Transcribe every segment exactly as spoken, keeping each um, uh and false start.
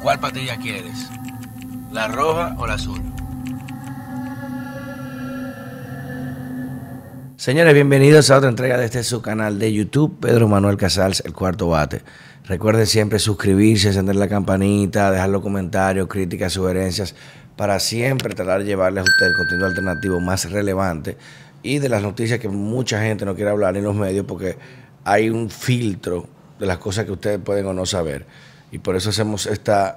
¿Cuál patilla quieres? ¿La roja o la azul? Señores, bienvenidos a otra entrega de este su canal de YouTube, Pedro Manuel Casals, El Cuarto Bate. Recuerden siempre suscribirse, encender la campanita, dejar los comentarios, críticas, sugerencias, para siempre tratar de llevarles a usted el contenido alternativo más relevante y de las noticias que mucha gente no quiere hablar en los medios porque hay un filtro de las cosas que ustedes pueden o no saber. Y por eso hacemos esta,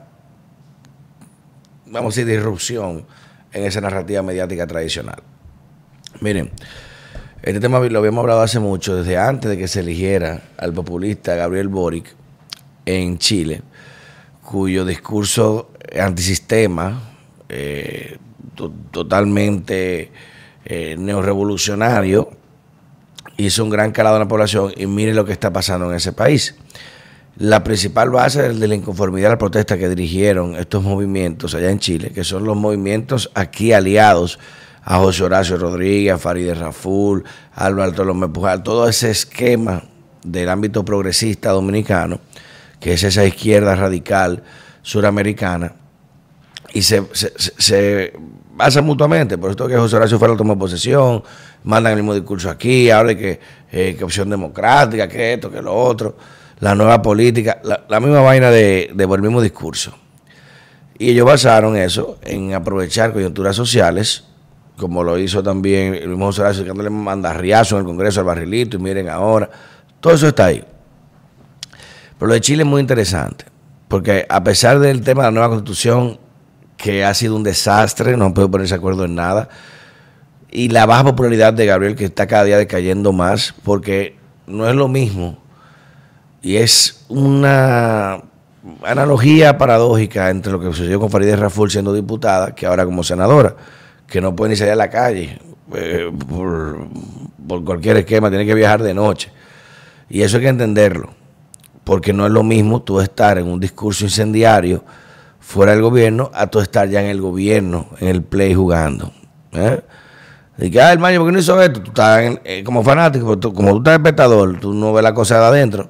vamos a decir, disrupción en esa narrativa mediática tradicional. Miren, este tema lo habíamos hablado hace mucho, desde antes de que se eligiera al populista Gabriel Boric en Chile, cuyo discurso antisistema, eh, to- totalmente eh, neorevolucionario, hizo un gran calado en la población. Y miren lo que está pasando en ese país. La principal base de la inconformidad a la protesta que dirigieron estos movimientos allá en Chile, que son los movimientos aquí aliados a José Horacio Rodríguez, a Farideh Raful, a Álvaro Bartolomé Pujol, todo ese esquema del ámbito progresista dominicano, que es esa izquierda radical suramericana, y se, se, se, se basa mutuamente. Por esto que José Horacio fuera a tomar posesión, mandan el mismo discurso aquí, habla que, eh, que opción democrática, que esto, que lo otro, la nueva política, la, la misma vaina de, de por el mismo discurso. Y ellos basaron eso en aprovechar coyunturas sociales, como lo hizo también el mismo José Horacio, dándole mandarriazo en el Congreso al Barrilito, y miren ahora, todo eso está ahí. Pero lo de Chile es muy interesante, porque a pesar del tema de la nueva Constitución, que ha sido un desastre, no han podido ponerse de acuerdo en nada, y la baja popularidad de Gabriel, que está cada día decayendo más, porque no es lo mismo. Y es una analogía paradójica entre lo que sucedió con Farideh Raful siendo diputada, que ahora como senadora, que no puede ni salir a la calle eh, por, por cualquier esquema, tiene que viajar de noche. Y eso hay que entenderlo, porque no es lo mismo tú estar en un discurso incendiario fuera del gobierno a tú estar ya en el gobierno, en el play jugando. ¿eh? Y que, ah, hermano, ¿por qué no hizo esto? Tú estás en, eh, como fanático, tú, como tú estás espectador, tú no ves la cosa de adentro.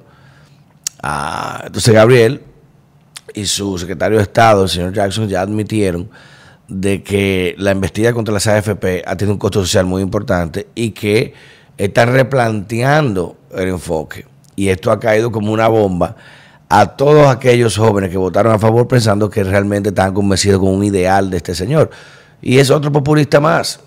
Ah, entonces Gabriel y su secretario de Estado, el señor Jackson, ya admitieron de que la embestida contra las A F P ha tenido un costo social muy importante y que están replanteando el enfoque. Y esto ha caído como una bomba a todos aquellos jóvenes que votaron a favor pensando que realmente estaban convencidos con un ideal de este señor. Y es otro populista más.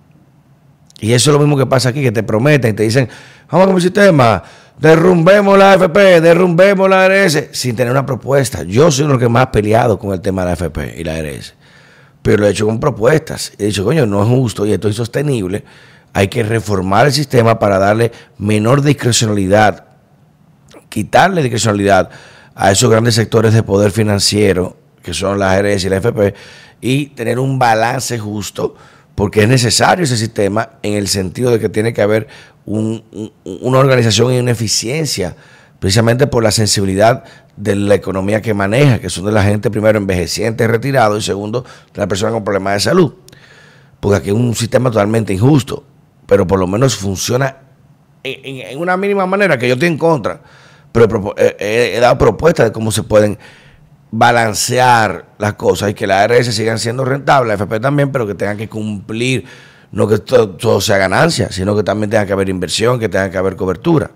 Y eso es lo mismo que pasa aquí, que te prometen, te dicen, vamos con el sistema, derrumbemos la A F P, derrumbemos la A R S, sin tener una propuesta. Yo soy uno de los que más ha peleado con el tema de la A F P y la A R S, pero lo he hecho con propuestas. He dicho, coño, no es justo y esto es insostenible. Hay que reformar el sistema para darle menor discrecionalidad, quitarle discrecionalidad a esos grandes sectores de poder financiero, que son la A R S y la A F P, y tener un balance justo, porque es necesario ese sistema en el sentido de que tiene que haber un, un, una organización y una eficiencia, precisamente por la sensibilidad de la economía que maneja, que son de la gente, primero, envejeciente, retirado, y segundo, de la persona con problemas de salud. Porque aquí es un sistema totalmente injusto, pero por lo menos funciona en, en, en una mínima manera, que yo estoy en contra, pero he, he, he dado propuestas de cómo se pueden balancear las cosas y que la A R S sigan siendo rentables, la A F P también, pero que tengan que cumplir, no que todo, todo sea ganancia, sino que también tenga que haber inversión, que tenga que haber cobertura.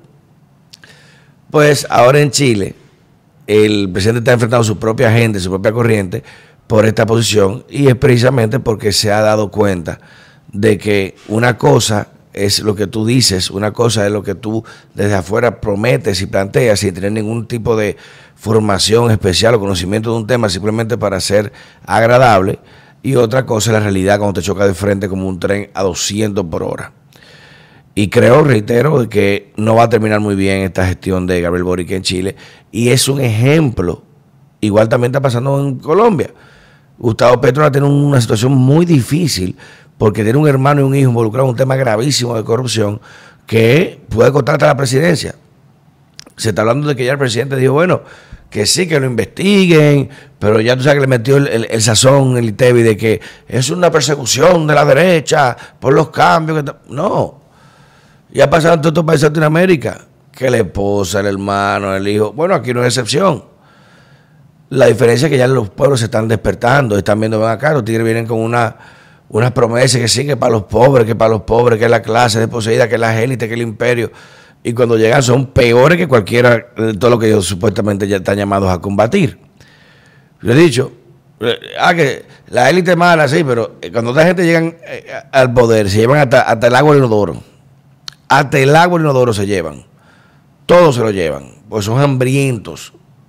Pues ahora en Chile, el presidente está enfrentando su propia gente, su propia corriente, por esta posición, y es precisamente porque se ha dado cuenta de que una cosa es lo que tú dices, una cosa es lo que tú desde afuera prometes y planteas sin tener ningún tipo de formación especial o conocimiento de un tema, simplemente para ser agradable, y otra cosa es la realidad cuando te choca de frente como un tren a doscientos por hora. Y creo, reitero, que no va a terminar muy bien esta gestión de Gabriel Boric en Chile, y es un ejemplo. Igual también está pasando en Colombia. Gustavo Petro tiene una situación muy difícil porque tiene un hermano y un hijo involucrados en un tema gravísimo de corrupción que puede costar hasta la presidencia. Se está hablando de que ya el presidente dijo, bueno, que sí, que lo investiguen, pero ya tú sabes que le metió el, el, el sazón, el ITEVI, de que es una persecución de la derecha por los cambios. Que no, ya ha pasado en todos estos países de Latinoamérica, que la esposa, el hermano, el hijo, bueno, aquí no es excepción. La diferencia es que ya los pueblos se están despertando, están viendo, ven acá, los tigres vienen con una, unas promesas que sí, que para los pobres, que para los pobres, que es la clase desposeída, que es la élite, que es el imperio. Y cuando llegan son peores que cualquiera de todo lo que ellos supuestamente ya están llamados a combatir. Yo he dicho, ah, que la élite es mala, sí, pero cuando esta gente llegan al poder, se llevan hasta, hasta el agua del inodoro. Hasta el agua del inodoro se llevan. Todos se lo llevan, pues son hambrientos.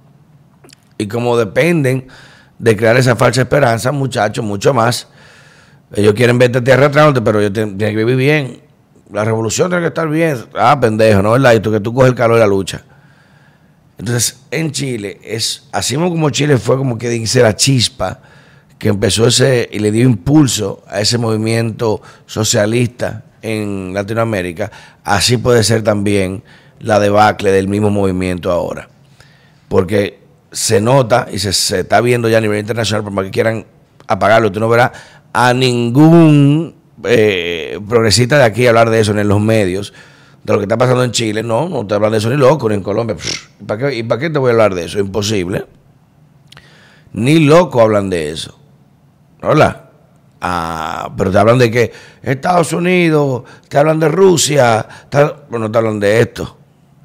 Y como dependen de crear esa falsa esperanza, muchachos, mucho más. Ellos quieren verte tierra atrás, pero ellos tienen que vivir bien. La revolución tiene que estar bien. Ah, pendejo, ¿no? ¿Verdad? Y tú que tú coges el calor de la lucha. Entonces, en Chile, es así como Chile fue como que dice la chispa que empezó ese y le dio impulso a ese movimiento socialista en Latinoamérica, así puede ser también la debacle del mismo movimiento ahora. Porque se nota y se, se está viendo ya a nivel internacional, por más que quieran apagarlo, tú no verás a ningún eh, progresista de aquí hablar de eso en los medios, de lo que está pasando en Chile. No, no te hablan de eso ni loco, ni en Colombia. ¿Y para qué, y para qué te voy a hablar de eso? Imposible. Ni loco hablan de eso. ¿Hola? Ah, pero te hablan de que Estados Unidos, te hablan de Rusia, te, pero no te hablan de esto.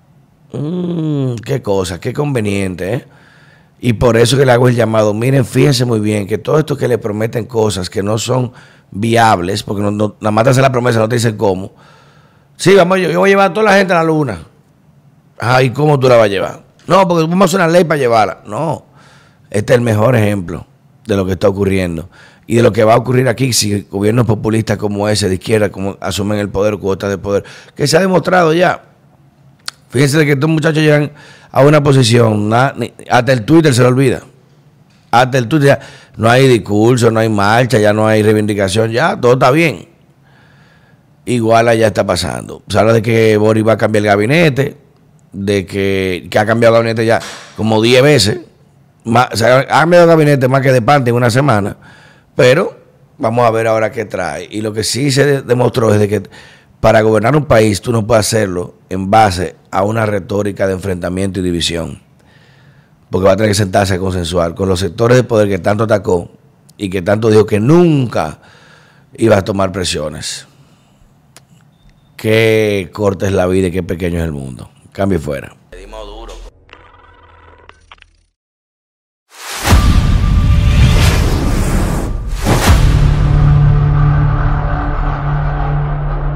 Mm, qué cosa, qué conveniente, ¿eh? Y por eso que le hago el llamado. Miren, fíjense muy bien que todo esto que le prometen cosas que no son viables, porque no, no, nada más te hacen la promesa, no te dicen cómo. Sí, vamos, yo, yo voy a llevar a toda la gente a la luna. Ah, ¿y cómo tú la vas a llevar? No, porque vamos a hacer una ley para llevarla. No, este es el mejor ejemplo de lo que está ocurriendo y de lo que va a ocurrir aquí si gobiernos populistas como ese de izquierda como asumen el poder, cuotas de poder, que se ha demostrado ya. Fíjense de que estos muchachos llegan a una posición, na, ni, hasta el Twitter se lo olvida. Hasta el Twitter ya no hay discurso, no hay marcha, ya no hay reivindicación, ya todo está bien. Igual allá está pasando. Se habla de que Boric va a cambiar el gabinete, de que, que ha cambiado el gabinete ya como diez veces. Más, o sea, ha cambiado el gabinete más que de parte en una semana, pero vamos a ver ahora qué trae. Y lo que sí se demostró es de que para gobernar un país tú no puedes hacerlo en base a una retórica de enfrentamiento y división, porque va a tener que sentarse a consensuar con los sectores de poder que tanto atacó y que tanto dijo que nunca iba a tomar presiones. Qué corta es la vida y qué pequeño es el mundo. Cambio fuera.